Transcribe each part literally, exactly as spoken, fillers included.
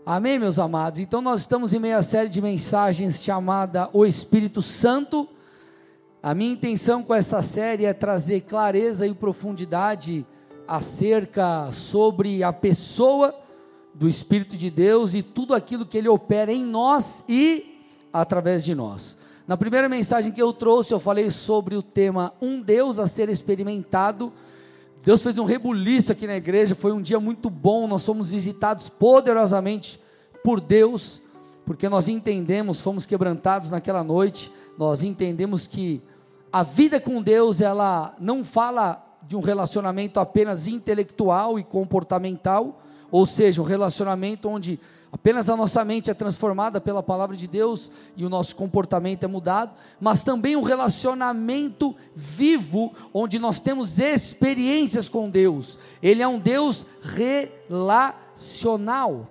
Amém, meus amados? Então nós estamos em meio à série de mensagens chamada O Espírito Santo. A minha intenção com essa série é trazer clareza e profundidade acerca sobre a pessoa do Espírito de Deus e tudo aquilo que Ele opera em nós e através de nós. Na primeira mensagem que eu trouxe, eu falei sobre o tema Um Deus a ser experimentado. Deus fez um rebuliço aqui na igreja, foi um dia muito bom, nós fomos visitados poderosamente por Deus, porque nós entendemos, fomos quebrantados naquela noite, nós entendemos que a vida com Deus, ela não fala de um relacionamento apenas intelectual e comportamental, ou seja, um relacionamento onde apenas a nossa mente é transformada pela palavra de Deus e o nosso comportamento é mudado, mas também um relacionamento vivo, onde nós temos experiências com Deus. Ele é um Deus relacional.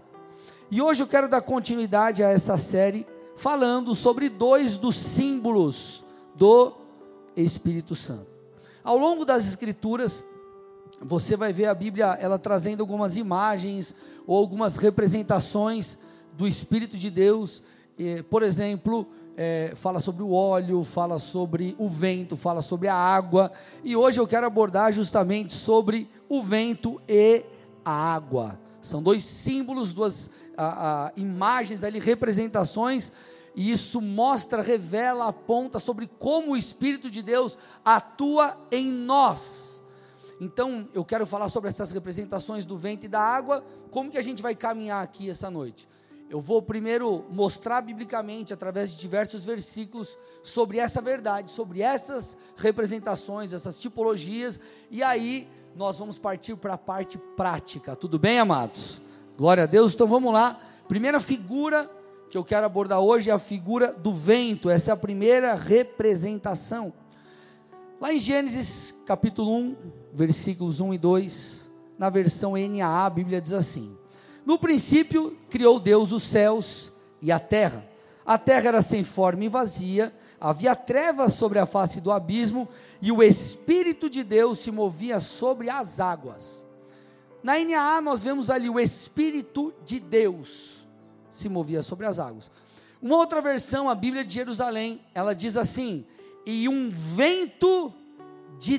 E hoje eu quero dar continuidade a essa série, falando sobre dois dos símbolos do Espírito Santo. Ao longo das Escrituras, você vai ver a Bíblia, ela trazendo algumas imagens, ou algumas representações do Espírito de Deus, eh, por exemplo, eh, fala sobre o óleo, fala sobre o vento, fala sobre a água, e hoje eu quero abordar justamente sobre o vento e a água. São dois símbolos, duas a, a, imagens ali, representações, e isso mostra, revela, aponta sobre como o Espírito de Deus atua em nós. Então, eu quero falar sobre essas representações do vento e da água. Como que a gente vai caminhar aqui essa noite? Eu vou primeiro mostrar biblicamente, através de diversos versículos, sobre essa verdade, sobre essas representações, essas tipologias, e aí nós vamos partir para a parte prática. Tudo bem, amados? Glória a Deus. Então vamos lá. Primeira figura que eu quero abordar hoje é a figura do vento. Essa é a primeira representação. Lá em Gênesis capítulo um, versículos um e dois, na versão N A A, a Bíblia diz assim: No princípio criou Deus os céus e a terra. A terra era sem forma e vazia, havia trevas sobre a face do abismo, e o Espírito de Deus se movia sobre as águas. Na N A A nós vemos ali o Espírito de Deus se movia sobre as águas. Uma outra versão, a Bíblia de Jerusalém, ela diz assim: e um vento de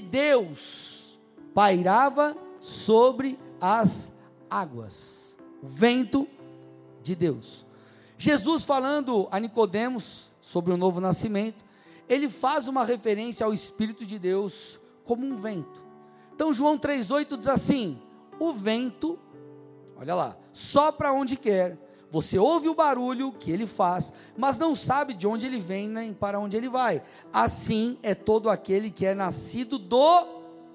Deus pairava sobre as águas. O vento de Deus. Jesus, falando a Nicodemos sobre o novo nascimento, ele faz uma referência ao Espírito de Deus como um vento. Então João três oito diz assim: o vento, olha lá, sopra onde quer, você ouve o barulho que ele faz, mas não sabe de onde ele vem nem para onde ele vai. Assim é todo aquele que é nascido do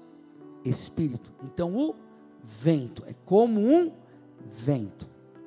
Espírito. Então o vento é como um vento.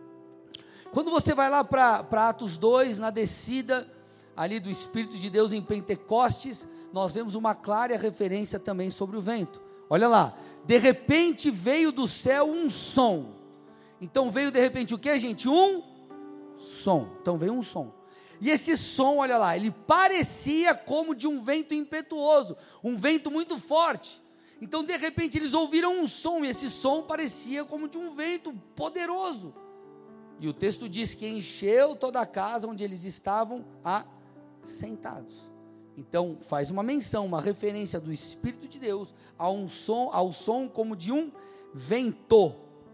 Quando você vai lá para Atos dois, na descida ali do Espírito de Deus em Pentecostes, nós vemos uma clara referência também sobre o vento. Olha lá, de repente veio do céu um som. Então veio de repente o que, gente? Um som. Então veio um som. E esse som, olha lá, ele parecia como de um vento impetuoso, um vento muito forte. Então de repente eles ouviram um som, e esse som parecia como de um vento poderoso. E o texto diz que encheu toda a casa onde eles estavam assentados. Então faz uma menção, uma referência do Espírito de Deus a um som, ao som como de um vento.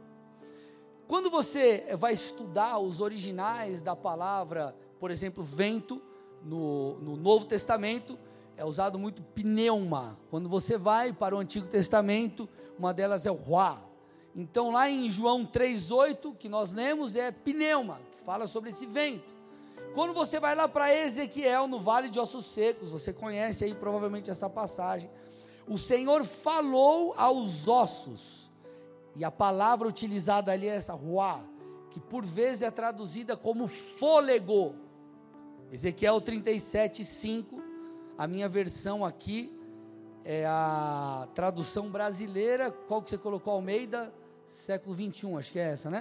Quando você vai estudar os originais da palavra, por exemplo, vento, no, no Novo Testamento, é usado muito pneuma. Quando você vai para o Antigo Testamento, uma delas é o ruá. Então lá em João três oito, que nós lemos, é pneuma, que fala sobre esse vento. Quando você vai lá para Ezequiel, no Vale de Ossos Secos, você conhece aí provavelmente essa passagem, o Senhor falou aos ossos. E a palavra utilizada ali é essa, ruá, que por vezes é traduzida como fôlego. Ezequiel trinta e sete, cinco, a minha versão aqui é a tradução brasileira. Qual que você colocou, Almeida? Século vinte e um, acho que é essa, né?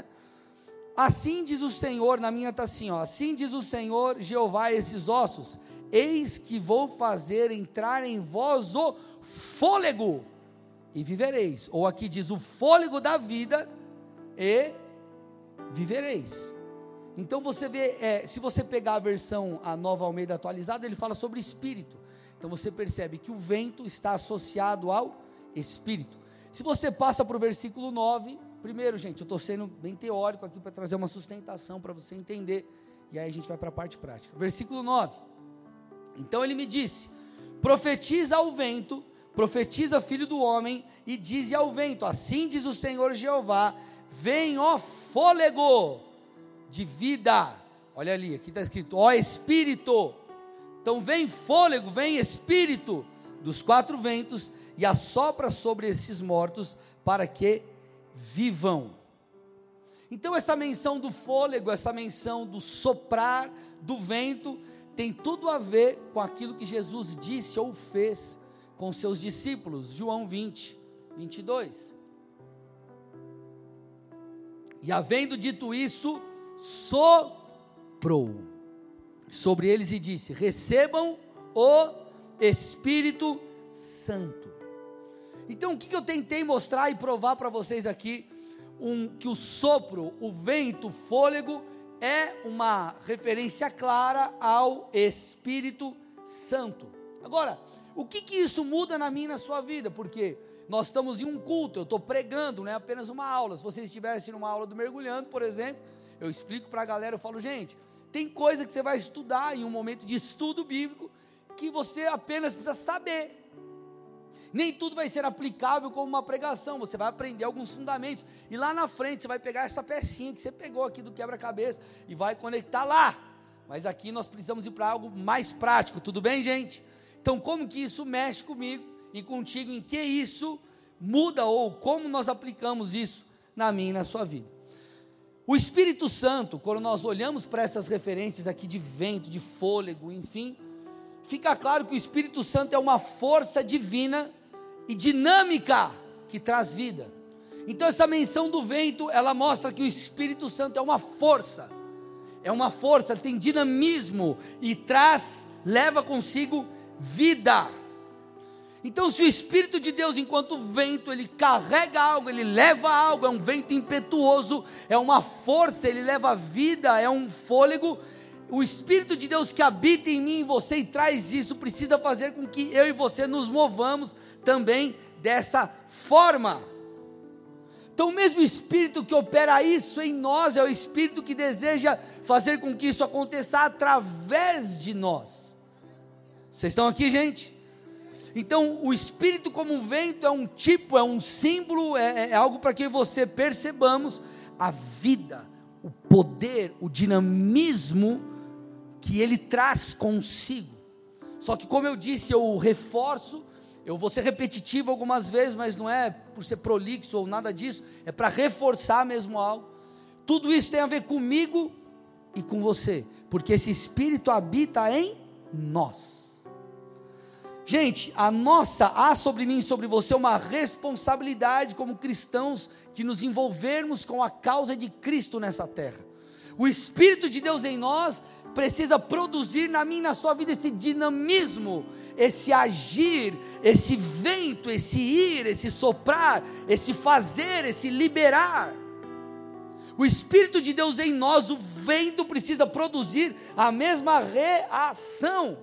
Assim diz o Senhor, na minha está assim, ó, assim diz o Senhor Jeová a esses ossos: eis que vou fazer entrar em vós o fôlego, e vivereis. Ou aqui diz o fôlego da vida, e vivereis. Então você vê, é, se você pegar a versão, a Nova Almeida atualizada, ele fala sobre espírito. Então você percebe que o vento está associado ao espírito. Se você passa para o versículo nove, primeiro, gente, eu estou sendo bem teórico aqui para trazer uma sustentação para você entender, e aí a gente vai para a parte prática. Versículo nove. Então ele me disse: profetiza ao vento, profetiza, filho do homem, e dize ao vento: assim diz o Senhor Jeová, vem, ó fôlego de vida. Olha ali, aqui está escrito, ó espírito. Então vem fôlego, vem espírito dos quatro ventos, e assopra sobre esses mortos, para que vivam. Então essa menção do fôlego, essa menção do soprar do vento, tem tudo a ver com aquilo que Jesus disse ou fez com seus discípulos. João vinte, vinte e dois. E havendo dito isso, soprou sobre eles e disse: recebam o Espírito Santo. Então o que, que eu tentei mostrar e provar para vocês aqui? Um, que o sopro, o vento, o fôlego, é uma referência clara ao Espírito Santo. Agora, o que, que isso muda na minha e na sua vida? Porque nós estamos em um culto, eu estou pregando, não é apenas uma aula. Se vocês estivessem numa aula do mergulhando, por exemplo, eu explico para a galera, eu falo: gente, tem coisa que você vai estudar em um momento de estudo bíblico, que você apenas precisa saber. Nem tudo vai ser aplicável como uma pregação, você vai aprender alguns fundamentos, e lá na frente você vai pegar essa pecinha que você pegou aqui do quebra-cabeça, e vai conectar lá. Mas aqui nós precisamos ir para algo mais prático, tudo bem, gente? Então como que isso mexe comigo e contigo, em que isso muda, ou como nós aplicamos isso na minha e na sua vida? O Espírito Santo, quando nós olhamos para essas referências aqui de vento, de fôlego, enfim, fica claro que o Espírito Santo é uma força divina e dinâmica que traz vida. Então essa menção do vento, ela mostra que o Espírito Santo é uma força, é uma força, tem dinamismo e traz, leva consigo vida. Então se o Espírito de Deus, enquanto vento, ele carrega algo, ele leva algo, é um vento impetuoso, é uma força, ele leva vida, é um fôlego. O Espírito de Deus que habita em mim e em você e traz isso, precisa fazer com que eu e você nos movamos também dessa forma. Então o mesmo Espírito que opera isso em nós, é o Espírito que deseja fazer com que isso aconteça através de nós. Vocês estão aqui, gente? Então o Espírito como um vento é um tipo, é um símbolo, é, é algo para que você percebamos a vida, o poder, o dinamismo que ele traz consigo. Só que, como eu disse, eu reforço, eu vou ser repetitivo algumas vezes, mas não é por ser prolixo ou nada disso, é para reforçar mesmo algo. Tudo isso tem a ver comigo e com você, porque esse Espírito habita em nós. Gente, a nossa, há sobre mim e sobre você uma responsabilidade como cristãos de nos envolvermos com a causa de Cristo nessa terra. O Espírito de Deus em nós precisa produzir na minha e na sua vida esse dinamismo, esse agir, esse vento, esse ir, esse soprar, esse fazer, esse liberar. O Espírito de Deus em nós, o vento precisa produzir a mesma reação.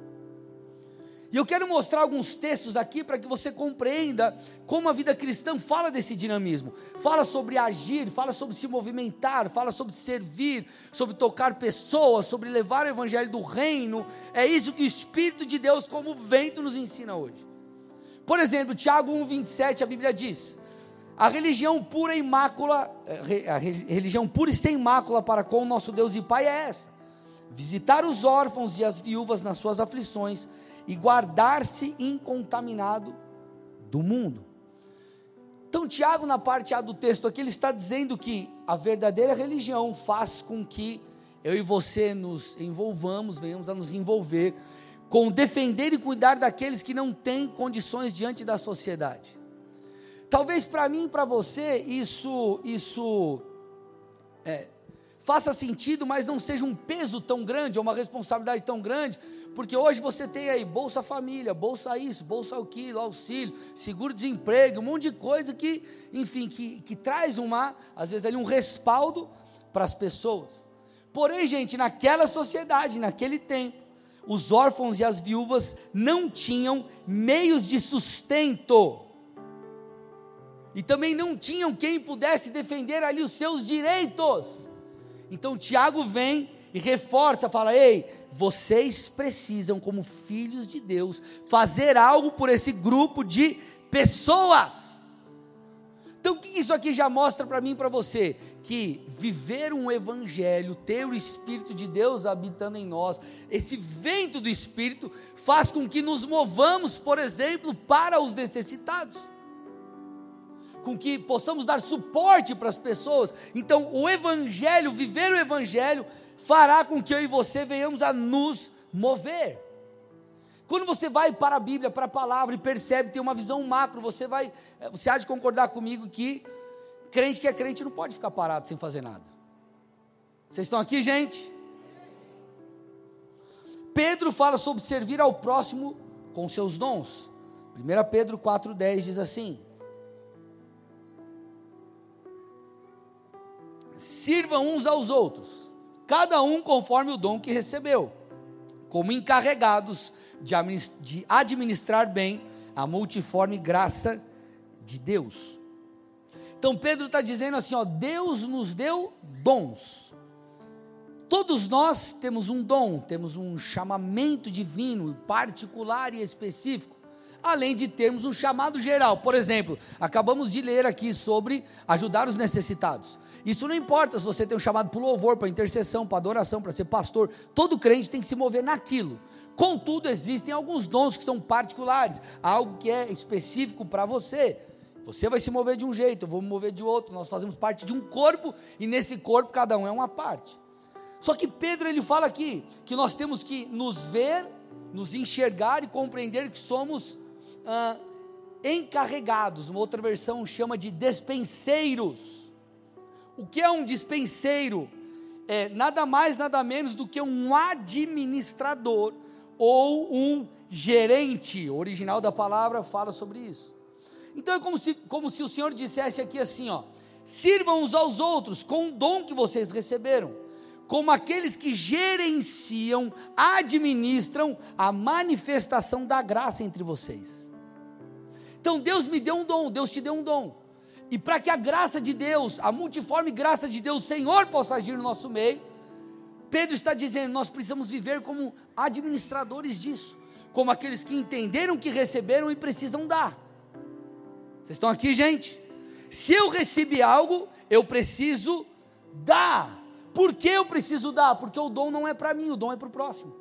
E eu quero mostrar alguns textos aqui para que você compreenda como a vida cristã fala desse dinamismo. Fala sobre agir, fala sobre se movimentar, fala sobre servir, sobre tocar pessoas, sobre levar o evangelho do reino. É isso que o Espírito de Deus como vento nos ensina hoje. Por exemplo, Tiago um, vinte e sete, a Bíblia diz: a religião pura e imácula, a religião pura e sem mácula para com o nosso Deus e Pai é essa: visitar os órfãos e as viúvas nas suas aflições, e guardar-se incontaminado do mundo. Então Tiago, na parte A do texto aqui, ele está dizendo que a verdadeira religião faz com que eu e você nos envolvamos, venhamos a nos envolver com defender e cuidar daqueles que não têm condições diante da sociedade. Talvez para mim e para você isso, isso é, faça sentido, mas não seja um peso tão grande, ou uma responsabilidade tão grande, porque hoje você tem aí Bolsa Família, Bolsa isso, Bolsa aquilo, auxílio, seguro-desemprego, um monte de coisa que, enfim, que, que traz uma, às vezes ali um respaldo para as pessoas. Porém, gente, naquela sociedade, naquele tempo, os órfãos e as viúvas não tinham meios de sustento. E também não tinham quem pudesse defender ali os seus direitos. Então Tiago vem e reforça, fala: ei, vocês precisam, como filhos de Deus, fazer algo por esse grupo de pessoas. Então o que isso aqui já mostra para mim e para você? Que viver um evangelho, ter o Espírito de Deus habitando em nós, esse vento do Espírito, faz com que nos movamos, por exemplo, para os necessitados, com que possamos dar suporte para as pessoas. Então o evangelho, viver o evangelho, fará com que eu e você venhamos a nos mover. Quando você vai para a Bíblia, para a palavra, e percebe, tem uma visão macro, você vai, você há de concordar comigo que crente que é crente não pode ficar parado sem fazer nada. Vocês estão aqui, gente? Pedro fala sobre servir ao próximo com seus dons. primeira Pedro quatro dez diz assim: sirvam uns aos outros, cada um conforme o dom que recebeu, como encarregados de administrar bem a multiforme graça de Deus. Então Pedro está dizendo assim, ó, Deus nos deu dons. Todos nós temos um dom, temos um chamamento divino, particular e específico, além de termos um chamado geral. Por exemplo, acabamos de ler aqui sobre ajudar os necessitados. Isso não importa se você tem um chamado para o louvor, para intercessão, para adoração, para ser pastor. Todo crente tem que se mover naquilo. Contudo, existem alguns dons que são particulares, algo que é específico para você. Você vai se mover de um jeito, eu vou me mover de outro. Nós fazemos parte de um corpo, e nesse corpo cada um é uma parte. Só que Pedro, ele fala aqui, que nós temos que nos ver, nos enxergar e compreender que somos ah, encarregados. Uma outra versão chama de despenseiros. O que é um dispenseiro? É nada mais, nada menos do que um administrador ou um gerente. O original da palavra fala sobre isso. Então é como se, como se o Senhor dissesse aqui assim, ó: sirvam uns aos outros com o dom que vocês receberam, como aqueles que gerenciam, administram a manifestação da graça entre vocês. Então Deus me deu um dom, Deus te deu um dom. E para que a graça de Deus, a multiforme graça de Deus, o Senhor possa agir no nosso meio, Pedro está dizendo, nós precisamos viver como administradores disso, como aqueles que entenderam que receberam e precisam dar. Vocês estão aqui, gente? Se eu recebi algo, eu preciso dar. Por que eu preciso dar? Porque o dom não é para mim, o dom é para o próximo.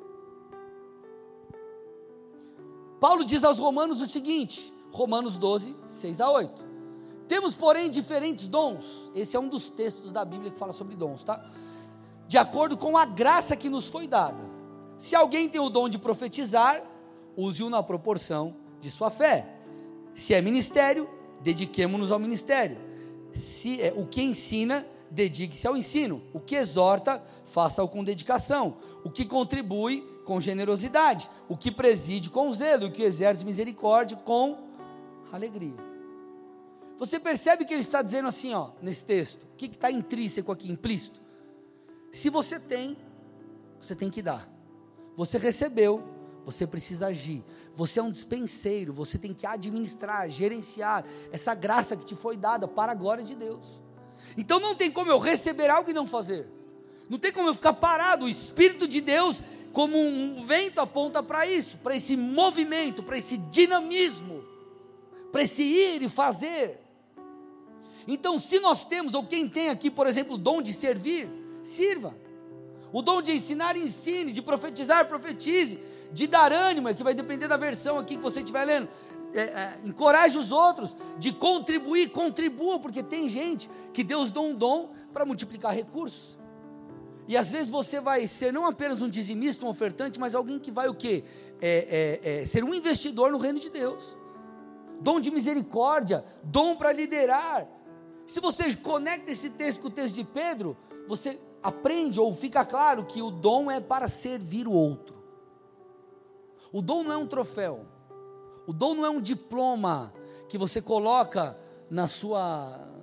Paulo diz aos Romanos o seguinte, Romanos doze, seis a oito. Temos, porém, diferentes dons. Esse é um dos textos da Bíblia que fala sobre dons, tá? De acordo com a graça que nos foi dada. Se alguém tem o dom de profetizar, use-o na proporção de sua fé. Se é ministério, dediquemo-nos ao ministério. Se é o que ensina, dedique-se ao ensino. O que exorta, faça-o com dedicação. O que contribui, com generosidade. O que preside, com zelo. O que exerce misericórdia, com alegria. Você percebe que ele está dizendo assim, ó, nesse texto, o que está intrínseco aqui, implícito? Se você tem, você tem que dar. Você recebeu, você precisa agir. Você é um dispenseiro, você tem que administrar, gerenciar essa graça que te foi dada para a glória de Deus. Então não tem como eu receber algo e não fazer. Não tem como eu ficar parado. O Espírito de Deus, como um vento, aponta para isso, para esse movimento, para esse dinamismo, para esse ir e fazer. Então, se nós temos, ou quem tem aqui, por exemplo, o dom de servir, sirva. O dom de ensinar, ensine. De profetizar, profetize. De dar ânimo, que vai depender da versão aqui que você estiver lendo. É, é, encoraje os outros. De contribuir, contribua, porque tem gente que Deus dá um dom para multiplicar recursos. E às vezes você vai ser não apenas um dizimista, um ofertante, mas alguém que vai o quê? É, é, é, ser um investidor no reino de Deus. Dom de misericórdia, dom para liderar. Se você conecta esse texto com o texto de Pedro, você aprende ou fica claro que o dom é para servir o outro. O dom não é um troféu. O dom não é um diploma que você coloca na sua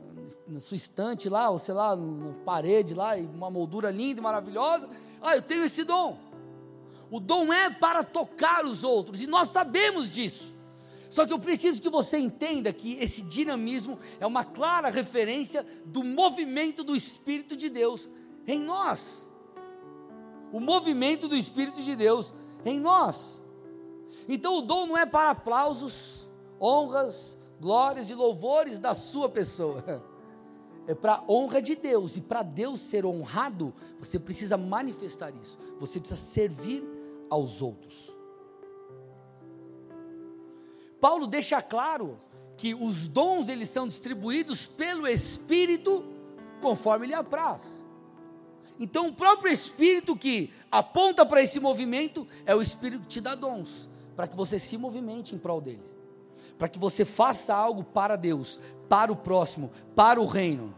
na sua estante lá, ou sei lá, na parede lá, e uma moldura linda e maravilhosa. Ah, eu tenho esse dom. O dom é para tocar os outros, e nós sabemos disso. Só que eu preciso que você entenda que esse dinamismo é uma clara referência do movimento do Espírito de Deus em nós. O movimento do Espírito de Deus em nós. Então o dom não é para aplausos, honras, glórias e louvores da sua pessoa. É para a honra de Deus. E para Deus ser honrado, você precisa manifestar isso. Você precisa servir aos outros. Paulo deixa claro que os dons eles são distribuídos pelo Espírito conforme lhe apraz. Então o próprio Espírito que aponta para esse movimento é o Espírito que te dá dons, para que você se movimente em prol dele, para que você faça algo para Deus, para o próximo, para o reino.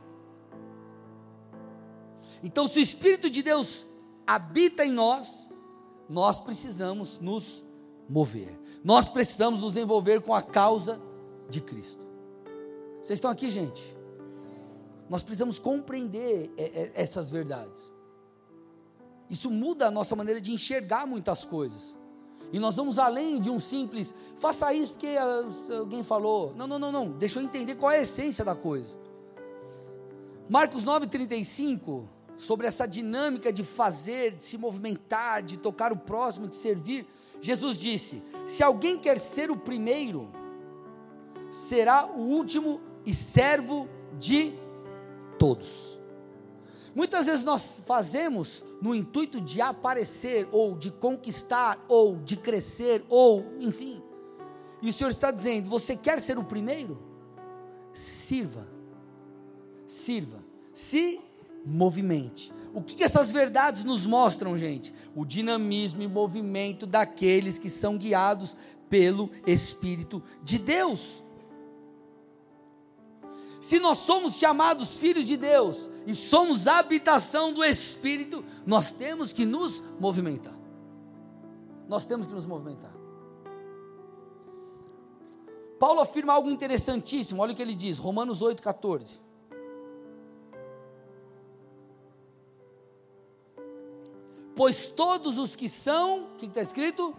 Então se o Espírito de Deus habita em nós, nós precisamos nos mover. Nós precisamos nos envolver com a causa de Cristo. Vocês estão aqui, gente? Nós precisamos compreender essas verdades. Isso muda a nossa maneira de enxergar muitas coisas. E nós vamos além de um simples, faça isso porque alguém falou. Não, não, não, não. Deixa eu entender qual é a essência da coisa. Marcos nove, trinta e cinco, sobre essa dinâmica de fazer, de se movimentar, de tocar o próximo, de servir. Jesus disse: se alguém quer ser o primeiro, será o último e servo de todos. Muitas vezes nós fazemos no intuito de aparecer, ou de conquistar, ou de crescer, ou enfim. E o Senhor está dizendo: você quer ser o primeiro? Sirva, sirva, se movimente. O que, que essas verdades nos mostram, gente? O dinamismo e movimento daqueles que são guiados pelo Espírito de Deus. Se nós somos chamados filhos de Deus e somos a habitação do Espírito, nós temos que nos movimentar. Nós temos que nos movimentar. Paulo afirma algo interessantíssimo, olha o que ele diz, Romanos oito, quatorze. Pois todos os que são, o que está escrito?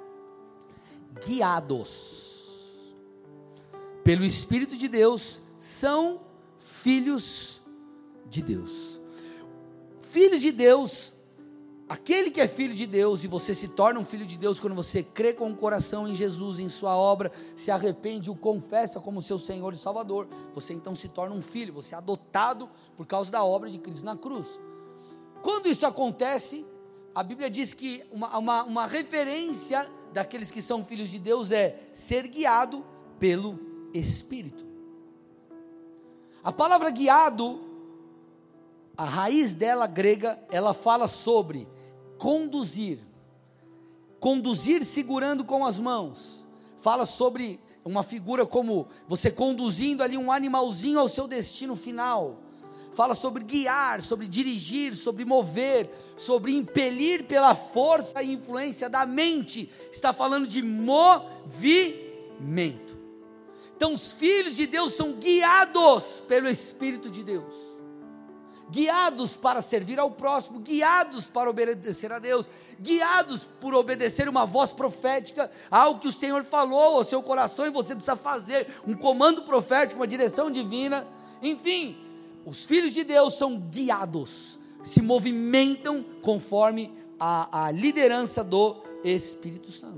Guiados pelo Espírito de Deus, são filhos de Deus. Filhos de Deus, aquele que é filho de Deus, e você se torna um filho de Deus quando você crê com o coração em Jesus, em sua obra, se arrepende, o confessa como seu Senhor e Salvador, você então se torna um filho, você é adotado por causa da obra de Cristo na cruz. Quando isso acontece, a Bíblia diz que uma, uma, uma referência daqueles que são filhos de Deus é ser guiado pelo Espírito. A palavra guiado, a raiz dela grega, ela fala sobre conduzir, conduzir segurando com as mãos, fala sobre uma figura como você conduzindo ali um animalzinho ao seu destino final, fala sobre guiar, sobre dirigir, sobre mover, sobre impelir pela força e influência da mente, está falando de movimento. Então os filhos de Deus são guiados pelo Espírito de Deus, guiados para servir ao próximo, guiados para obedecer a Deus, guiados por obedecer uma voz profética, algo que o Senhor falou ao seu coração e você precisa fazer, um comando profético, uma direção divina, enfim. Os filhos de Deus são guiados, se movimentam conforme a, a liderança do Espírito Santo.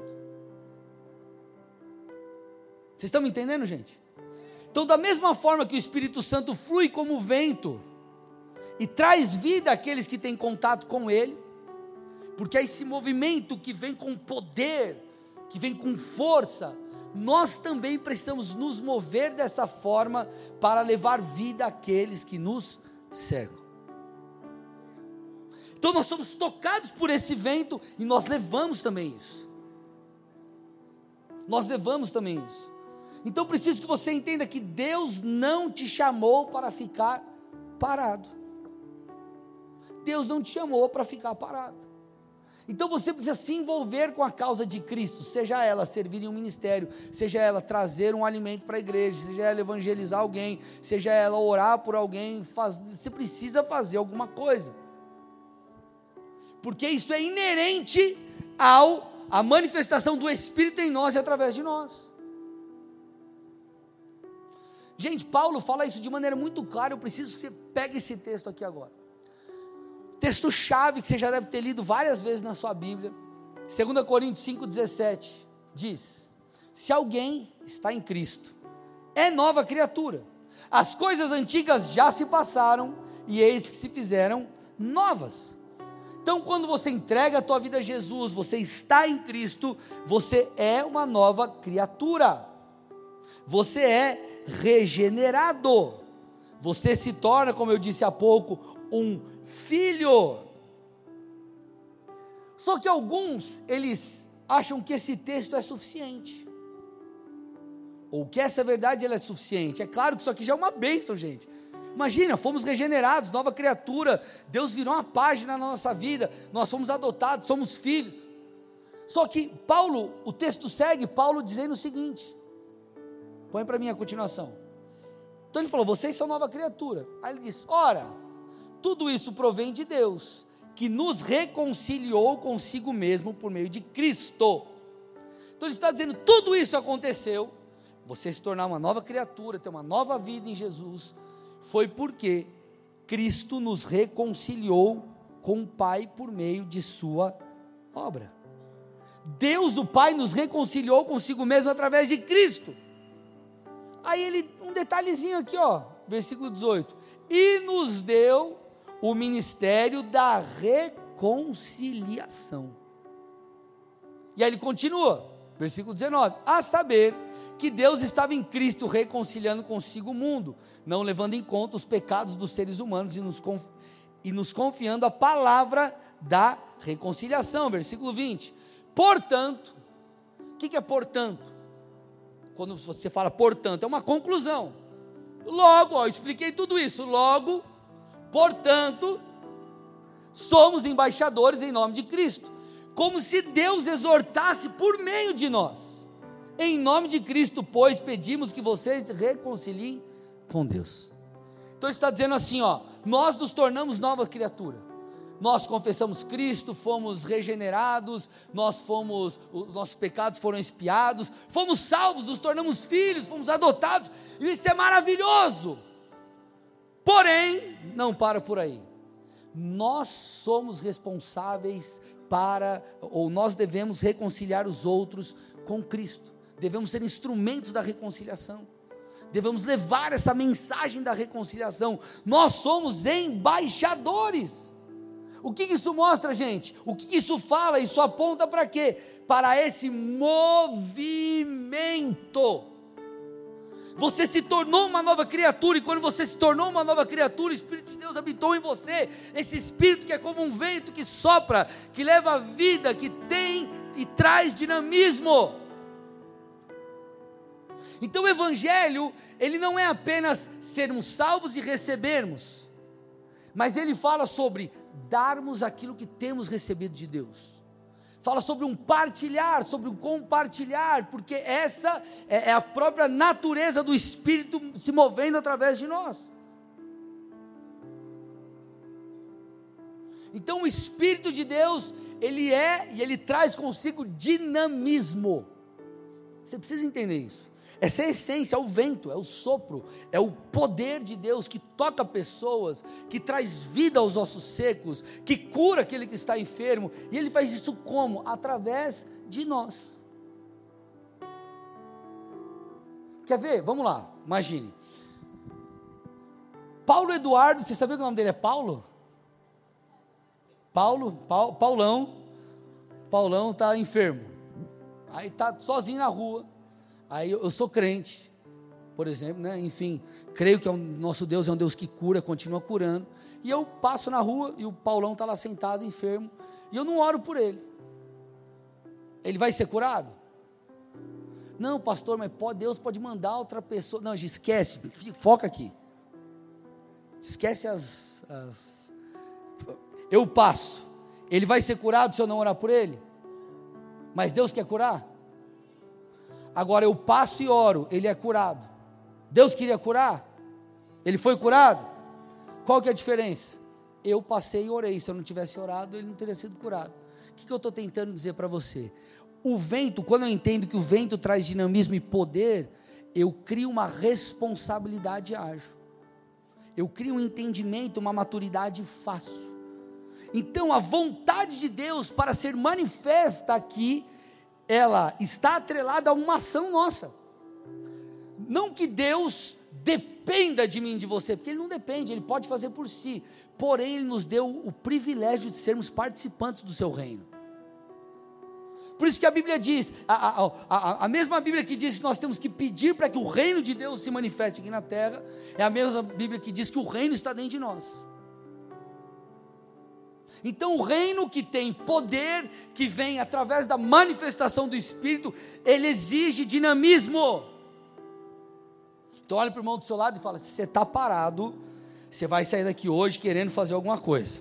Vocês estão me entendendo, gente? Então, da mesma forma que o Espírito Santo flui como vento e traz vida àqueles que têm contato com ele, porque é esse movimento que vem com poder, que vem com força, nós também precisamos nos mover dessa forma para levar vida àqueles que nos cercam. Então nós somos tocados por esse vento e nós levamos também isso. Nós levamos também isso. Então preciso que você entenda que Deus não te chamou para ficar parado. Deus não te chamou para ficar parado. Então você precisa se envolver com a causa de Cristo, seja ela servir em um ministério, seja ela trazer um alimento para a igreja, seja ela evangelizar alguém, seja ela orar por alguém, faz, você precisa fazer alguma coisa, porque isso é inerente ao, à manifestação do Espírito em nós e através de nós. Gente, Paulo fala isso de maneira muito clara, eu preciso que você pegue esse texto aqui agora. Texto-chave que você já deve ter lido várias vezes na sua Bíblia, dois Coríntios cinco, dezessete, diz: se alguém está em Cristo, é nova criatura, as coisas antigas já se passaram, e eis que se fizeram novas. Então quando você entrega a tua vida a Jesus, você está em Cristo, você é uma nova criatura, você é regenerado, você se torna, como eu disse há pouco, um filho. Só que alguns, eles acham que esse texto é suficiente, ou que essa verdade ela é suficiente. É claro que isso aqui já é uma bênção, gente. Imagina, fomos regenerados, nova criatura, Deus virou uma página na nossa vida, nós fomos adotados, somos filhos. Só que Paulo, o texto segue, Paulo dizendo o seguinte, põe para mim a continuação. Então ele falou, vocês são nova criatura. Aí ele diz, ora, tudo isso provém de Deus, que nos reconciliou consigo mesmo por meio de Cristo. Então ele está dizendo, tudo isso aconteceu, você se tornar uma nova criatura, ter uma nova vida em Jesus, foi porque Cristo nos reconciliou com o Pai por meio de sua obra. Deus o Pai nos reconciliou consigo mesmo através de Cristo. Aí ele, um detalhezinho aqui, ó, versículo dezoito, e nos deu o ministério da reconciliação. E aí ele continua, versículo dezenove, a saber que Deus estava em Cristo reconciliando consigo o mundo, não levando em conta os pecados dos seres humanos e nos, conf, e nos confiando a palavra da reconciliação, versículo vinte, portanto, o que, que é portanto? Quando você fala portanto, é uma conclusão, logo, ó, eu expliquei tudo isso, logo, portanto, somos embaixadores em nome de Cristo, como se Deus exortasse por meio de nós, em nome de Cristo, pois, pedimos que vocês se reconciliem com Deus. Então ele está dizendo assim, ó, nós nos tornamos nova criatura, nós confessamos Cristo, fomos regenerados, nós fomos, os nossos pecados foram expiados, fomos salvos, nos tornamos filhos, fomos adotados, e isso é maravilhoso. Porém, não para por aí, nós somos responsáveis para, ou nós devemos reconciliar os outros com Cristo, devemos ser instrumentos da reconciliação, devemos levar essa mensagem da reconciliação, nós somos embaixadores. O que isso mostra, gente? O que isso fala? Isso aponta para quê? Para esse movimento. Você se tornou uma nova criatura, e quando você se tornou uma nova criatura, o Espírito de Deus habitou em você, esse Espírito que é como um vento que sopra, que leva a vida, que tem e traz dinamismo. Então o Evangelho, ele não é apenas sermos salvos e recebermos, mas ele fala sobre darmos aquilo que temos recebido de Deus, fala sobre um partilhar, sobre um compartilhar, porque essa é a própria natureza do Espírito se movendo através de nós. Então o Espírito de Deus, ele é, e ele traz consigo dinamismo, você precisa entender isso. Essa é a essência, é o vento, é o sopro, é o poder de Deus que toca pessoas, que traz vida aos ossos secos, que cura aquele que está enfermo, e ele faz isso como? Através de nós. Quer ver? Vamos lá, imagine. Paulo Eduardo, você sabia que o nome dele é Paulo? Paulo, Paul, Paulão, Paulão está enfermo, aí está sozinho na rua. Aí eu, eu sou crente, por exemplo, né? Enfim, creio que o nosso Deus é um Deus que cura, continua curando, e eu passo na rua, e o Paulão está lá sentado, enfermo, e eu não oro por ele, ele vai ser curado? Não, pastor, mas pode, Deus pode mandar outra pessoa, não, esquece, foca aqui, esquece as, as, eu passo, Ele vai ser curado se eu não orar por ele? Mas Deus quer curar? Agora eu passo e oro, ele é curado. Deus queria curar? Ele foi curado? Qual que é a diferença? Eu passei e orei, se eu não tivesse orado, ele não teria sido curado. O que, que eu estou tentando dizer para você? O vento, quando eu entendo que o vento traz dinamismo e poder, eu crio uma responsabilidade e ajo. Eu crio um entendimento, uma maturidade e faço. Então a vontade de Deus para ser manifesta aqui, ela está atrelada a uma ação nossa. Não que Deus dependa de mim e de você, porque Ele não depende, Ele pode fazer por si, porém Ele nos deu o privilégio de sermos participantes do seu reino. Por isso que a Bíblia diz, a, a, a, a mesma Bíblia que diz que nós temos que pedir para que o reino de Deus se manifeste aqui na terra, é a mesma Bíblia que diz que o reino está dentro de nós. Então o reino que tem poder, que vem através da manifestação do Espírito, ele exige dinamismo. Então olha para o irmão do seu lado e fala, se você está parado, você vai sair daqui hoje querendo fazer alguma coisa.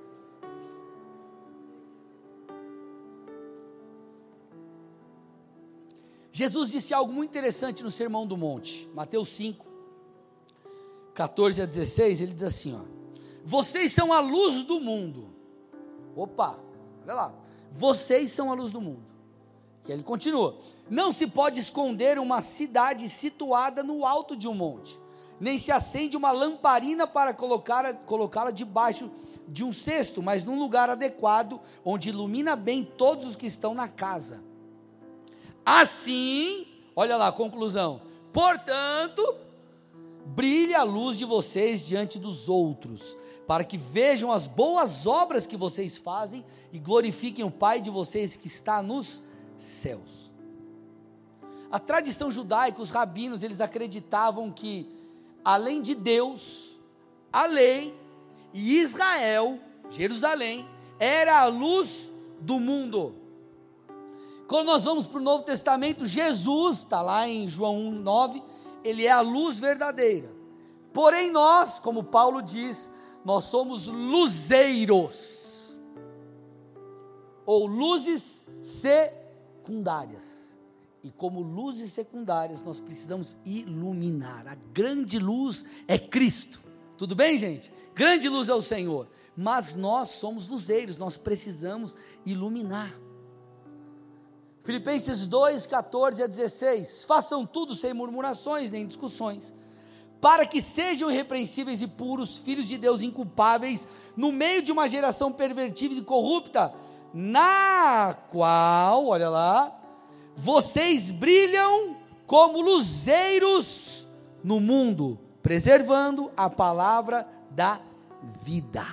Jesus disse algo muito interessante no Sermão do Monte, Mateus cinco, catorze a dezesseis, ele diz assim, ó, vocês são a luz do mundo. Opa, olha lá, vocês são a luz do mundo. E ele continua, não se pode esconder uma cidade situada no alto de um monte, nem se acende uma lamparina para colocar, colocá-la debaixo de um cesto, mas num lugar adequado, onde ilumina bem todos os que estão na casa. Assim, olha lá a conclusão, portanto, brilhe a luz de vocês diante dos outros, para que vejam as boas obras que vocês fazem e glorifiquem o Pai de vocês que está nos céus. A tradição judaica, os rabinos, eles acreditavam que, além de Deus, a lei e Israel, Jerusalém, era a luz do mundo. Quando nós vamos para o Novo Testamento, Jesus, está lá em João um, nove, ele é a luz verdadeira. Porém nós, como Paulo diz, nós somos luzeiros, ou luzes secundárias. E como luzes secundárias, nós precisamos iluminar. A grande luz é Cristo. Tudo bem, gente? Grande luz é o Senhor. Mas nós somos luzeiros, nós precisamos iluminar. Filipenses dois, catorze a dezesseis, façam tudo sem murmurações nem discussões, para que sejam irrepreensíveis e puros, filhos de Deus inculpáveis, no meio de uma geração pervertida e corrupta, na qual, olha lá, vocês brilham como luzeiros no mundo, preservando a palavra da vida.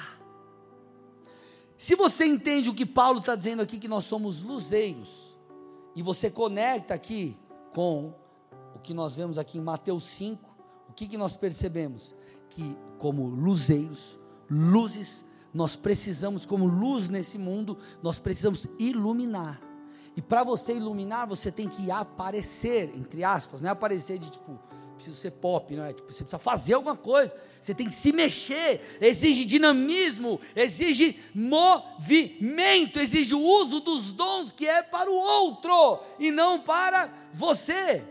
Se você entende o que Paulo está dizendo aqui, que nós somos luzeiros, e você conecta aqui com o que nós vemos aqui em Mateus cinco, o que, que nós percebemos? Que como luzeiros, luzes, nós precisamos, como luz nesse mundo, nós precisamos iluminar. E para você iluminar, você tem que aparecer, entre aspas, não é aparecer de tipo, preciso ser pop, não é? Tipo, você precisa fazer alguma coisa, você tem que se mexer, exige dinamismo, exige movimento, exige o uso dos dons que é para o outro, e não para você.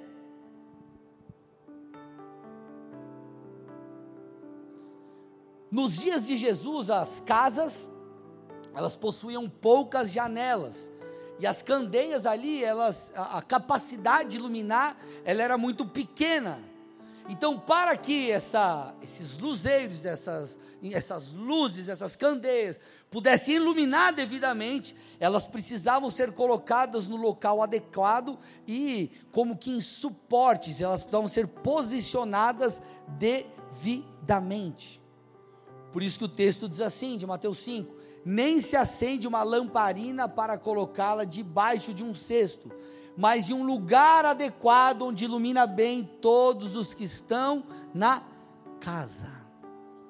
Nos dias de Jesus, as casas, elas possuíam poucas janelas, e as candeias ali, elas, a, a capacidade de iluminar, ela era muito pequena. Então, para que essa, esses luzeiros, essas, essas luzes, essas candeias, pudessem iluminar devidamente, elas precisavam ser colocadas no local adequado e como que em suportes, elas precisavam ser posicionadas devidamente. Por isso que o texto diz assim, de Mateus cinco, nem se acende uma lamparina para colocá-la debaixo de um cesto, mas em um lugar adequado, onde ilumina bem todos os que estão na casa.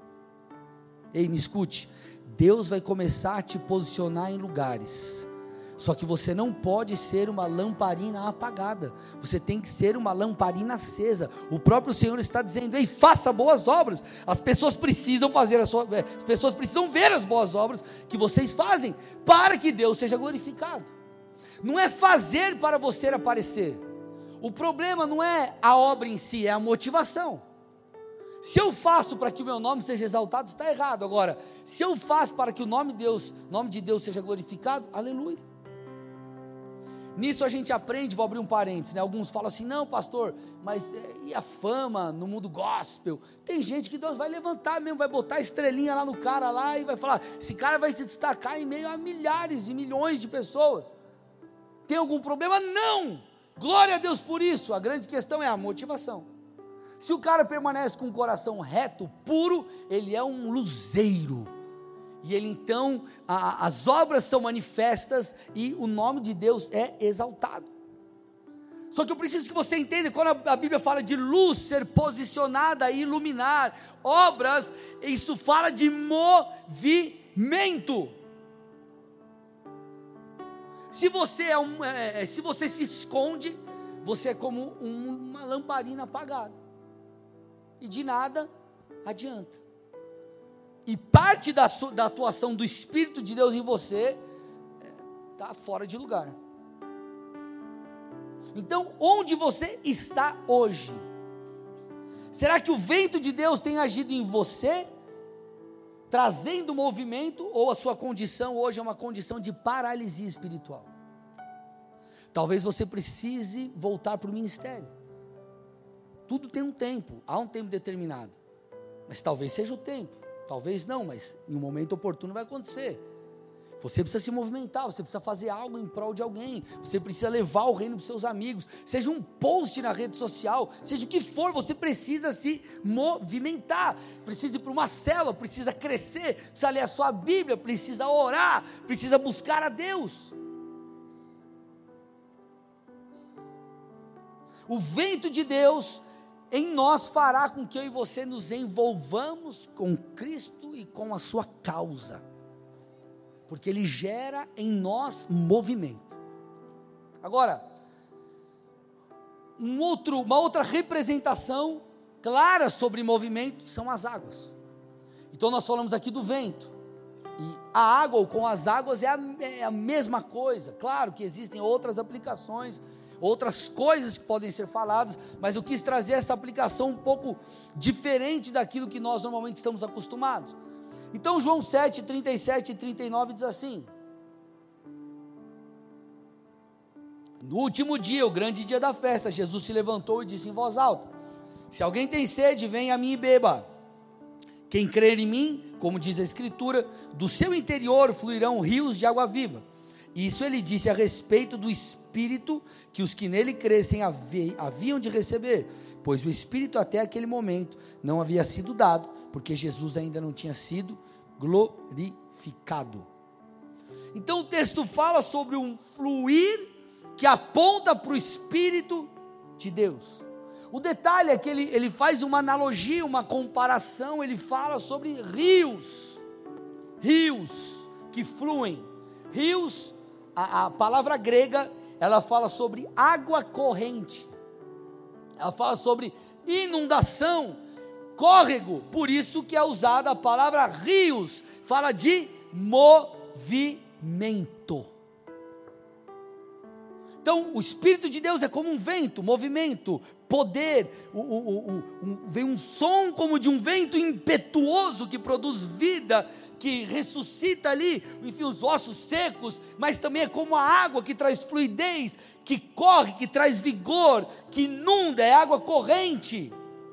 Ei, me escute, Deus vai começar a te posicionar em lugares, Só que você não pode ser uma lamparina apagada, você tem que ser uma lamparina acesa. O próprio Senhor está dizendo: ei, faça boas obras. As pessoas precisam fazer as suas, as pessoas precisam ver as boas obras que vocês fazem, para que Deus seja glorificado. Não é fazer para você aparecer. O problema não é a obra em si, é a motivação. Se eu faço para que o meu nome seja exaltado, está errado. Agora, se eu faço para que o nome de Deus, nome de Deus seja glorificado, aleluia. Nisso a gente aprende, vou abrir um parênteses, né? Alguns falam assim: não, pastor, mas é, e a fama no mundo gospel? Tem gente que Deus vai levantar mesmo, vai botar estrelinha lá no cara lá e vai falar: esse cara vai se destacar em meio a milhares e milhões de pessoas. Tem algum problema? Não! Glória a Deus por isso. A grande questão é a motivação. Se o cara permanece com o coração reto, puro, ele é um luzeiro. E ele então, a, as obras são manifestas e o nome de Deus é exaltado. Só que eu preciso que você entenda, quando a, a Bíblia fala de luz ser posicionada e iluminar obras, isso fala de movimento. Se você, é um, é, se você se esconde, você é como um, uma lamparina apagada, e de nada adianta. E parte da, sua, da atuação do Espírito de Deus em você está é, fora de lugar. Então, onde você está hoje? Será que o vento de Deus tem agido em você, trazendo movimento, ou a sua condição hoje é uma condição de paralisia espiritual? Talvez você precise voltar para o ministério. Tudo tem um tempo, há um tempo determinado, mas talvez seja o tempo. Talvez não, mas em um momento oportuno vai acontecer. Você precisa se movimentar, você precisa fazer algo em prol de alguém, você precisa levar o reino para os seus amigos, seja um post na rede social, seja o que for, você precisa se movimentar, precisa ir para uma célula, precisa crescer, precisa ler a sua Bíblia, precisa orar, precisa buscar a Deus. O vento de Deus em nós fará com que eu e você nos envolvamos com Cristo e com a sua causa, porque Ele gera em nós movimento. Agora, um outro, uma outra representação clara sobre movimento são as águas. Então nós falamos aqui do vento, e a água ou com as águas é a, é a mesma coisa. Claro que existem outras aplicações, outras coisas que podem ser faladas, mas eu quis trazer essa aplicação um pouco diferente daquilo que nós normalmente estamos acostumados. Então João sete, trinta e sete e trinta e nove diz assim: no último dia, o grande dia da festa, Jesus se levantou e disse em voz alta: se alguém tem sede, venha a mim e beba. Quem crer em mim, como diz a Escritura, do seu interior fluirão rios de água viva. Isso ele disse a respeito do Espírito que os que nele crescem haviam de receber, pois o Espírito até aquele momento não havia sido dado, porque Jesus ainda não tinha sido glorificado. Então o texto fala sobre um fluir que aponta para o Espírito de Deus. O detalhe é que ele, ele faz uma analogia, uma comparação, ele fala sobre rios, rios que fluem, rios. A, a palavra grega, ela fala sobre água corrente, ela fala sobre inundação, córrego, por isso que é usada a palavra rios, fala de movimento. Então o Espírito de Deus é como um vento, movimento, poder, o, o, o, um, vem um som como de um vento impetuoso que produz vida, que ressuscita ali, enfim, os ossos secos, mas também é como a água que traz fluidez, que corre, que traz vigor, que inunda, é água corrente.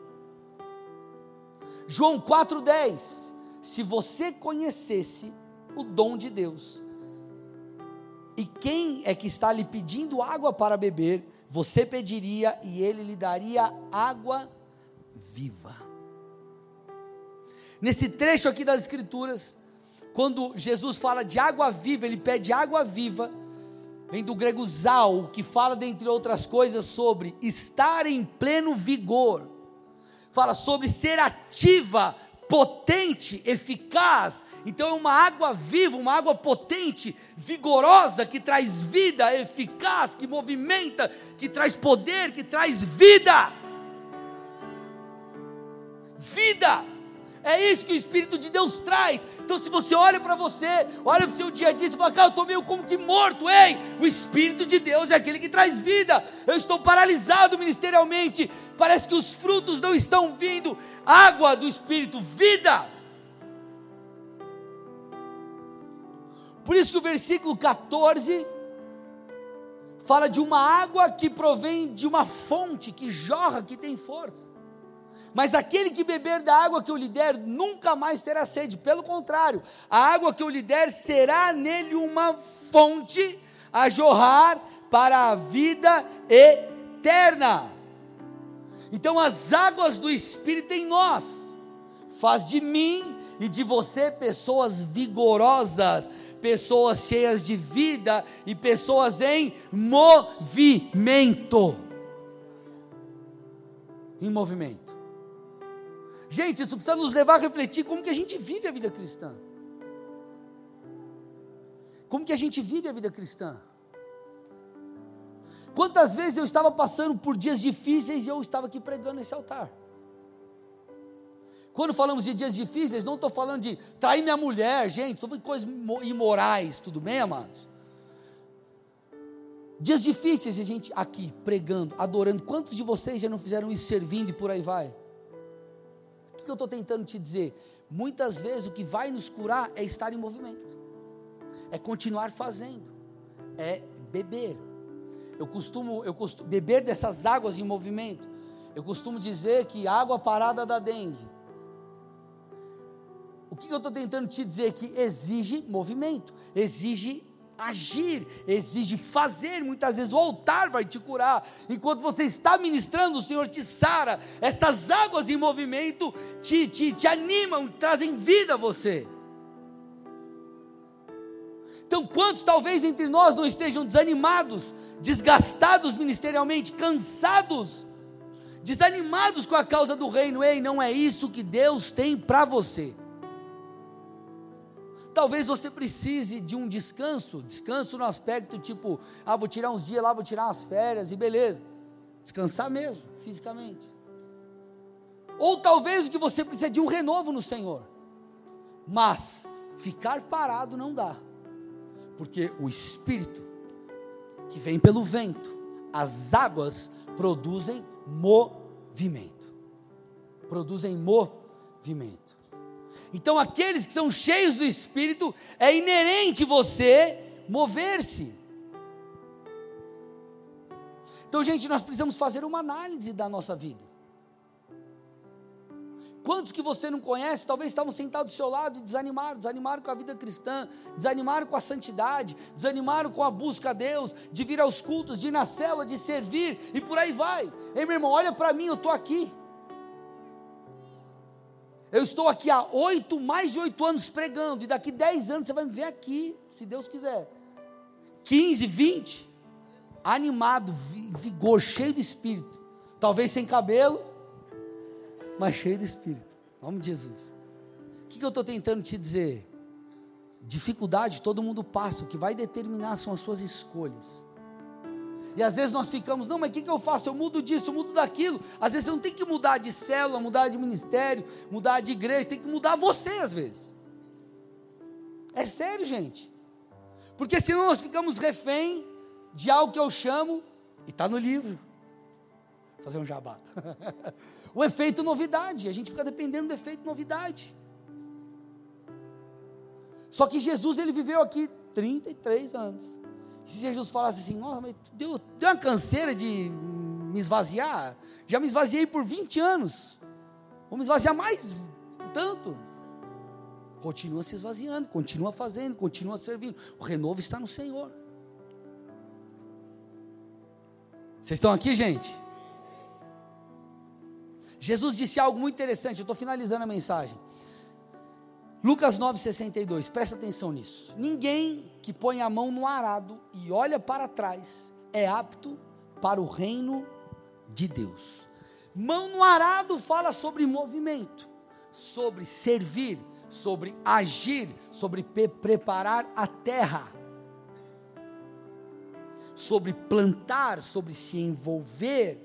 João quatro, dez, se você conhecesse o dom de Deus, e quem é que está lhe pedindo água para beber, você pediria e ele lhe daria água viva. Nesse trecho aqui das Escrituras, quando Jesus fala de água viva, ele pede água viva, vem do grego zal, que fala, dentre outras coisas, sobre estar em pleno vigor, fala sobre ser ativa, potente, eficaz. Então é uma água viva, uma água potente, vigorosa, que traz vida, eficaz, que movimenta, que traz poder, que traz vida. Vida. É isso que o Espírito de Deus traz. Então se você olha para você, olha para o seu dia a dia, você fala, cara, eu estou meio como que morto. Ei, o Espírito de Deus é aquele que traz vida. Eu estou paralisado ministerialmente, parece que os frutos não estão vindo. Água do Espírito, vida. Por isso que o versículo catorze fala de uma água que provém de uma fonte, que jorra, que tem força. Mas aquele que beber da água que eu lhe der, nunca mais terá sede. Pelo contrário, a água que eu lhe der será nele uma fonte a jorrar para a vida eterna. Então as águas do Espírito em nós, faz de mim e de você pessoas vigorosas, pessoas cheias de vida e pessoas em movimento. Em movimento. Gente, isso precisa nos levar a refletir como que a gente vive a vida cristã. Como que a gente vive a vida cristã? Quantas vezes eu estava passando por dias difíceis e eu estava aqui pregando nesse altar? Quando falamos de dias difíceis, não estou falando de trair minha mulher, gente, sobre coisas imorais, tudo bem, amados? Dias difíceis, a gente aqui pregando, adorando. Quantos de vocês já não fizeram isso servindo e por aí vai? O que eu estou tentando te dizer? Muitas vezes o que vai nos curar é estar em movimento, é continuar fazendo, é beber. Eu costumo, eu costumo beber dessas águas em movimento. Eu costumo dizer que água parada dá dengue. O que eu estou tentando te dizer? Que exige movimento, exige agir, exige fazer. Muitas vezes o altar vai te curar, enquanto você está ministrando, o Senhor te sara. Essas águas em movimento te, te, te animam, trazem vida a você. Então quantos talvez entre nós não estejam desanimados, desgastados ministerialmente, cansados, desanimados com a causa do reino? Ei, não é isso que Deus tem para você. Talvez você precise de um descanso, descanso no aspecto tipo, ah, vou tirar uns dias lá, vou tirar umas férias e beleza, descansar mesmo, fisicamente. Ou talvez o que você precisa de um renovo no Senhor, mas ficar parado não dá, porque o Espírito que vem pelo vento, as águas produzem movimento, produzem movimento. Então aqueles que são cheios do Espírito, é inerente você mover-se. Então, gente, nós precisamos fazer uma análise da nossa vida. Quantos que você não conhece, talvez estavam sentados do seu lado e desanimaram, desanimaram com a vida cristã, desanimaram com a santidade, desanimaram com a busca a Deus, de vir aos cultos, de ir na célula, de servir, e por aí vai. Ei, meu irmão, olha para mim, eu estou aqui. Eu estou aqui há oito, mais de oito anos pregando, e daqui dez anos você vai me ver aqui, se Deus quiser. quinze, vinte, animado, vigor, cheio de Espírito. Talvez sem cabelo, mas cheio de Espírito. Em nome de Jesus. O que, que eu estou tentando te dizer? Dificuldade todo mundo passa, o que vai determinar são as suas escolhas. E às vezes nós ficamos, não, mas o que, que eu faço? Eu mudo disso, eu mudo daquilo. Às vezes você não tem que mudar de célula, mudar de ministério, mudar de igreja, tem que mudar você às vezes. É sério, gente. Porque senão nós ficamos refém de algo que eu chamo, e está no livro, vou fazer um jabá, o efeito novidade. A gente fica dependendo do efeito novidade. Só que Jesus, ele viveu aqui trinta e três anos. Se Jesus falasse assim, nossa, mas deu, deu uma canseira de me esvaziar, já me esvaziei por vinte anos, vou me esvaziar mais tanto. Continua se esvaziando, continua fazendo, continua servindo. O renovo está no Senhor. Vocês estão aqui, gente? Jesus disse algo muito interessante, eu estou finalizando a mensagem. Lucas nove, sessenta e dois, presta atenção nisso. Ninguém que põe a mão no arado e olha para trás é apto para o reino de Deus. Mão no arado fala sobre movimento, sobre servir, sobre agir, sobre pe- preparar a terra, sobre plantar, sobre se envolver.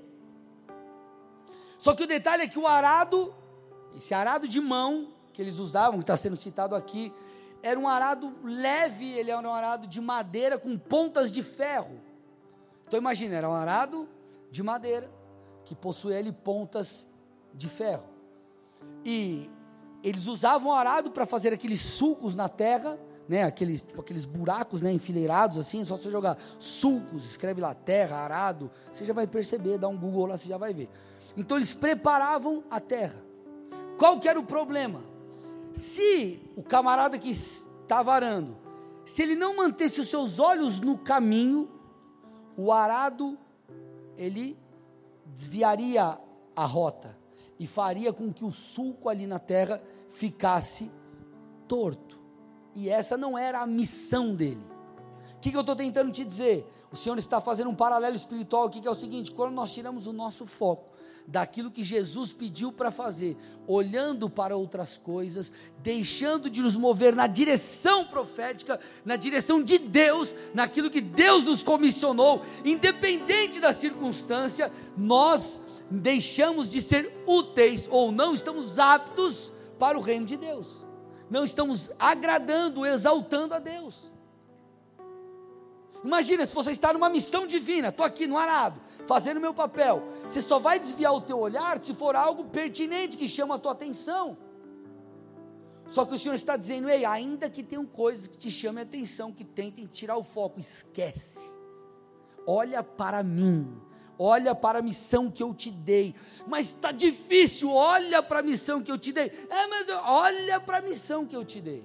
Só que o detalhe é que o arado, esse arado de mão que eles usavam, que está sendo citado aqui, era um arado leve, ele era um arado de madeira com pontas de ferro. Então imagina, era um arado de madeira, que possuía ali pontas de ferro. E eles usavam o arado para fazer aqueles sulcos na terra, né, aqueles, tipo, aqueles buracos, né, enfileirados assim, só você jogar sulcos, escreve lá, terra, arado, você já vai perceber, dá um Google lá, você já vai ver. Então eles preparavam a terra. Qual que era o problema? Se o camarada que estava arando, se ele não mantesse os seus olhos no caminho, o arado, ele desviaria a rota, e faria com que o sulco ali na terra ficasse torto, e essa não era a missão dele. O que, que eu estou tentando te dizer? O Senhor está fazendo um paralelo espiritual aqui, que é o seguinte: quando nós tiramos o nosso foco daquilo que Jesus pediu para fazer, olhando para outras coisas, deixando de nos mover na direção profética, na direção de Deus, naquilo que Deus nos comissionou, independente da circunstância, nós deixamos de ser úteis, ou não estamos aptos para o reino de Deus, não estamos agradando, exaltando a Deus. Imagina, se você está numa missão divina, estou aqui no arado, fazendo meu papel, você só vai desviar o teu olhar se for algo pertinente, que chama a tua atenção. Só que o Senhor está dizendo: ei, ainda que tenham coisas que te chamem a atenção, que tentem tirar o foco, esquece, olha para mim, olha para a missão que eu te dei. Mas está difícil, olha para a missão que eu te dei. É, mas olha para a missão que eu te dei,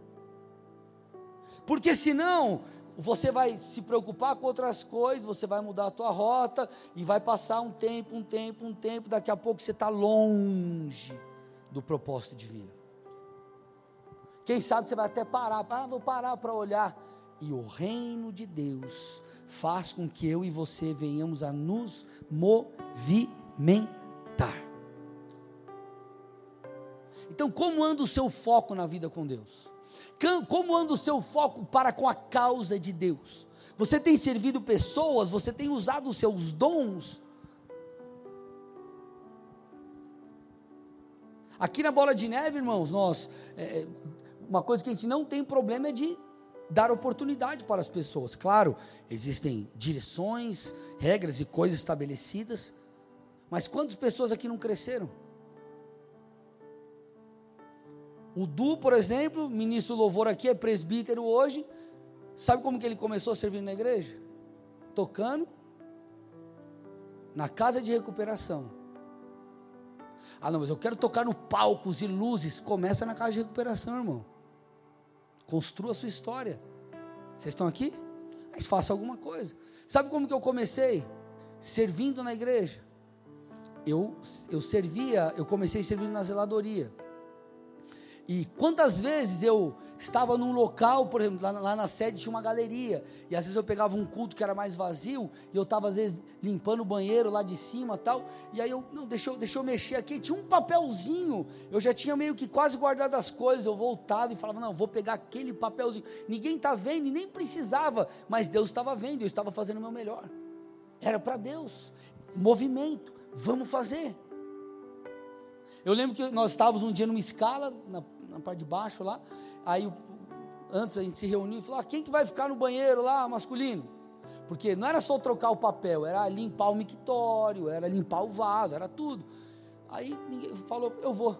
porque senão você vai se preocupar com outras coisas, você vai mudar a tua rota, e vai passar um tempo, um tempo, um tempo, daqui a pouco você está longe do propósito divino. Quem sabe você vai até parar, ah, vou parar para olhar, e o reino de Deus faz com que eu e você venhamos a nos movimentar. Então, como anda o seu foco na vida com Deus? Como anda o seu foco para com a causa de Deus? Você tem servido pessoas? Você tem usado os seus dons? Aqui na Bola de Neve, irmãos, nós, é, uma coisa que a gente não tem problema é de dar oportunidade para as pessoas. Claro, existem direções, regras e coisas estabelecidas, mas quantas pessoas aqui não cresceram? O Du, por exemplo, ministro louvor aqui, é presbítero hoje. Sabe como que ele começou a servir na igreja? Tocando na casa de recuperação. Ah não, mas eu quero tocar no palcos e luzes. Começa na casa de recuperação, irmão. Construa a sua história. Vocês estão aqui? Mas faça alguma coisa. Sabe como que eu comecei? Servindo na igreja. Eu, eu servia, eu comecei servindo na zeladoria. E quantas vezes eu estava num local, por exemplo, lá, lá na sede tinha uma galeria, e às vezes eu pegava um culto que era mais vazio, e eu estava às vezes limpando o banheiro lá de cima e tal, e aí eu, não, deixa eu, deixa eu mexer aqui, tinha um papelzinho, eu já tinha meio que quase guardado as coisas, eu voltava e falava, não, vou pegar aquele papelzinho, ninguém está vendo, e nem precisava, mas Deus estava vendo, eu estava fazendo o meu melhor, era para Deus, movimento, vamos fazer. Eu lembro que nós estávamos um dia numa escala, na, na parte de baixo lá, aí antes a gente se reuniu e falou, ah, quem que vai ficar no banheiro lá, masculino? Porque não era só trocar o papel, era limpar o mictório, era limpar o vaso, era tudo. Aí ninguém falou, eu vou.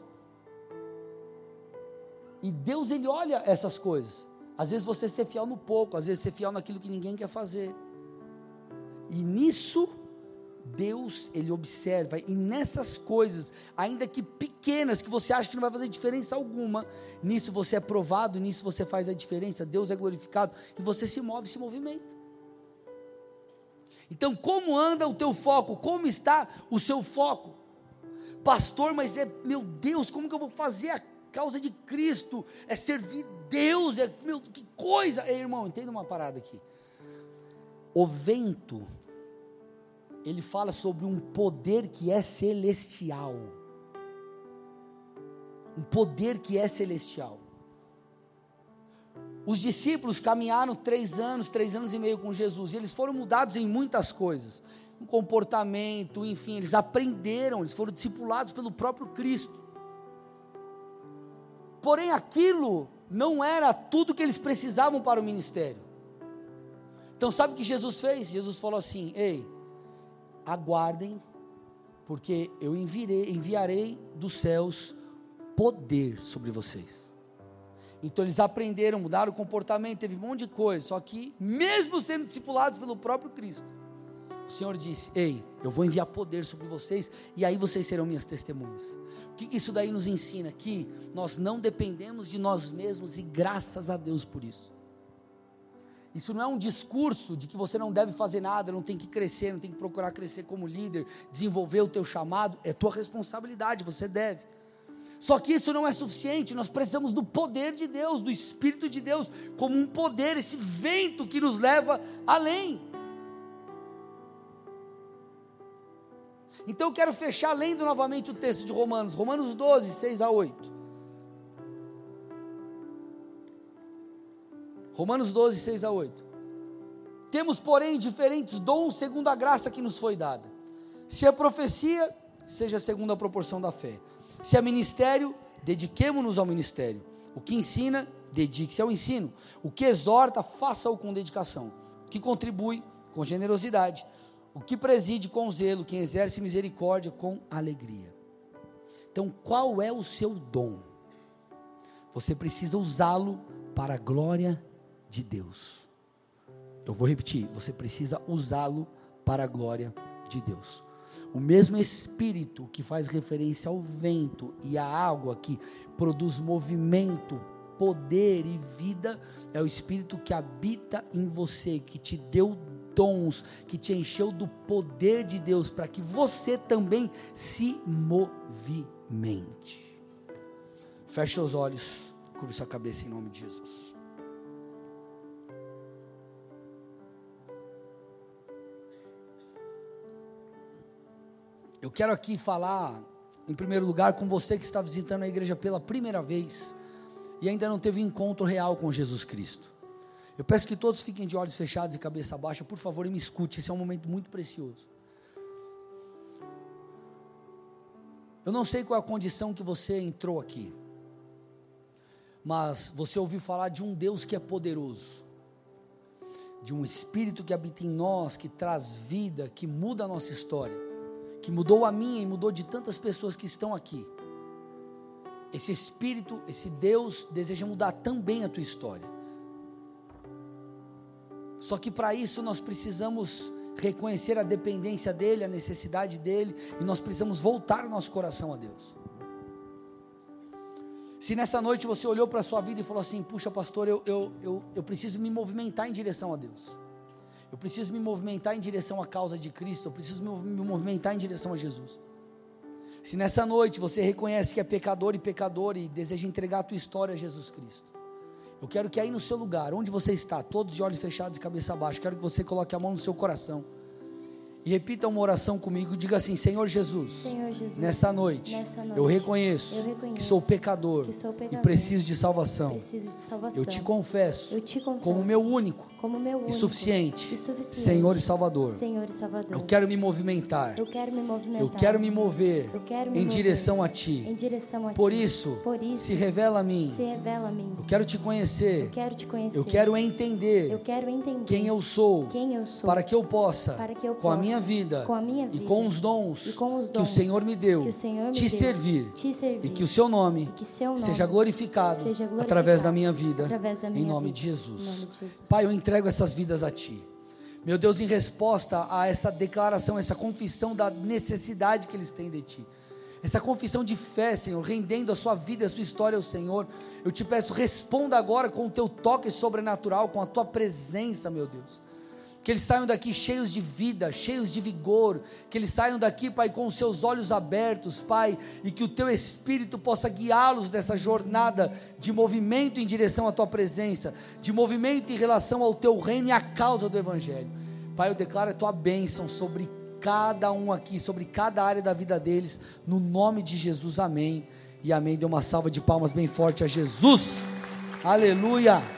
E Deus, Ele olha essas coisas, às vezes você ser fiel no pouco, às vezes ser fiel naquilo que ninguém quer fazer, e nisso, Deus, Ele observa, e nessas coisas, ainda que pequenas, que você acha que não vai fazer diferença alguma, nisso você é provado, nisso você faz a diferença, Deus é glorificado, e você se move, se movimenta. Então, como anda o teu foco? Como está o seu foco? Pastor, mas é, meu Deus, como que eu vou fazer a causa de Cristo? É servir Deus, é, meu, que coisa! Ei, irmão, entenda uma parada aqui. O vento, ele fala sobre um poder que é celestial. um poder que é celestial. Os discípulos caminharam três anos, três anos e meio com Jesus, e eles foram mudados em muitas coisas, no comportamento, enfim, eles aprenderam, eles foram discipulados pelo próprio Cristo. Porém, aquilo não era tudo que eles precisavam para o ministério. Então, sabe o que Jesus fez? Jesus falou assim: ei, aguardem, porque eu enviarei, enviarei dos céus poder sobre vocês. Então eles aprenderam, mudaram o comportamento, teve um monte de coisa, só que mesmo sendo discipulados pelo próprio Cristo, o Senhor disse: ei, eu vou enviar poder sobre vocês, e aí vocês serão minhas testemunhas. O que, que isso daí nos ensina? Que nós não dependemos de nós mesmos, e graças a Deus por isso. Isso não é um discurso de que você não deve fazer nada, não tem que crescer, não tem que procurar crescer como líder, desenvolver o teu chamado, é tua responsabilidade, você deve. Só que isso não é suficiente, nós precisamos do poder de Deus, do Espírito de Deus, como um poder, esse vento que nos leva além. Então eu quero fechar lendo novamente o texto de Romanos, Romanos doze, seis a oito. Romanos doze, seis a oito. Temos, porém, diferentes dons segundo a graça que nos foi dada. Se a profecia, seja segundo a proporção da fé. Se é ministério, dediquemo-nos ao ministério. O que ensina, dedique-se ao ensino. O que exorta, faça-o com dedicação. O que contribui, com generosidade. O que preside, com zelo. Quem exerce misericórdia, com alegria. Então, qual é o seu dom? Você precisa usá-lo para a glória de Deus. Eu vou repetir, você precisa usá-lo para a glória de Deus. O mesmo Espírito que faz referência ao vento e à água, que produz movimento, poder e vida, é o Espírito que habita em você, que te deu dons, que te encheu do poder de Deus, para que você também se movimente. Feche os olhos, curve sua cabeça em nome de Jesus. Eu quero aqui falar, em primeiro lugar, com você que está visitando a igreja pela primeira vez e ainda não teve encontro real com Jesus Cristo. Eu peço que todos fiquem de olhos fechados e cabeça baixa, por favor, e me escute, esse é um momento muito precioso. Eu não sei qual é a condição que você entrou aqui, mas você ouviu falar de um Deus que é poderoso, de um Espírito que habita em nós, que traz vida, que muda a nossa história, que mudou a minha e mudou de tantas pessoas que estão aqui. Esse Espírito, esse Deus deseja mudar também a tua história. Só que para isso nós precisamos reconhecer a dependência dEle, a necessidade dEle, e nós precisamos voltar o nosso coração a Deus. Se nessa noite você olhou para a sua vida e falou assim: puxa pastor, eu, eu, eu, eu preciso me movimentar em direção a Deus, eu preciso me movimentar em direção à causa de Cristo, eu preciso me movimentar em direção a Jesus. Se nessa noite você reconhece que é pecador e pecadora e deseja entregar a tua história a Jesus Cristo, eu quero que aí no seu lugar, onde você está, todos de olhos fechados e cabeça baixa, quero que você coloque a mão no seu coração e repita uma oração comigo. Diga assim: Senhor Jesus, Senhor Jesus, nessa noite, nessa noite eu, reconheço eu reconheço que sou pecador, que sou pecador e preciso de salvação. preciso de salvação. Eu te confesso, Eu te confesso como meu único, como meu único e, suficiente, e suficiente Senhor e Salvador. Senhor e Salvador. Eu quero me movimentar, Eu quero me movimentar. eu quero me mover Eu quero me em mover direção a Ti. em direção a Por Ti. isso, Por isso, se revela a mim. se revela a mim. Eu quero te conhecer. Eu quero te conhecer. Eu quero entender Eu quero entender quem eu sou, quem eu sou, para que eu possa, para que eu com a possa, minha vida, com a minha e vida, com os dons, e com os que o dons Senhor me deu, que o Senhor me te, deu, servir, te servir, e que o seu nome, e que seu nome seja glorificado, seja glorificado através da minha vida, através da em minha nome vida, de Jesus. em nome de Jesus. Pai, eu entrego essas vidas a Ti. Meu Deus, em resposta a essa declaração, essa confissão da necessidade que eles têm de Ti, essa confissão de fé, Senhor, rendendo a sua vida e a sua história ao Senhor, eu te peço, responda agora com o Teu toque sobrenatural, com a Tua presença, meu Deus. Que eles saiam daqui cheios de vida, cheios de vigor, que eles saiam daqui, Pai, com os seus olhos abertos, Pai, e que o Teu Espírito possa guiá-los nessa jornada de movimento em direção à Tua presença, de movimento em relação ao Teu reino e à causa do Evangelho. Pai, eu declaro a Tua bênção sobre cada um aqui, sobre cada área da vida deles, no nome de Jesus, amém e amém. Dê uma salva de palmas bem forte a Jesus. Aleluia.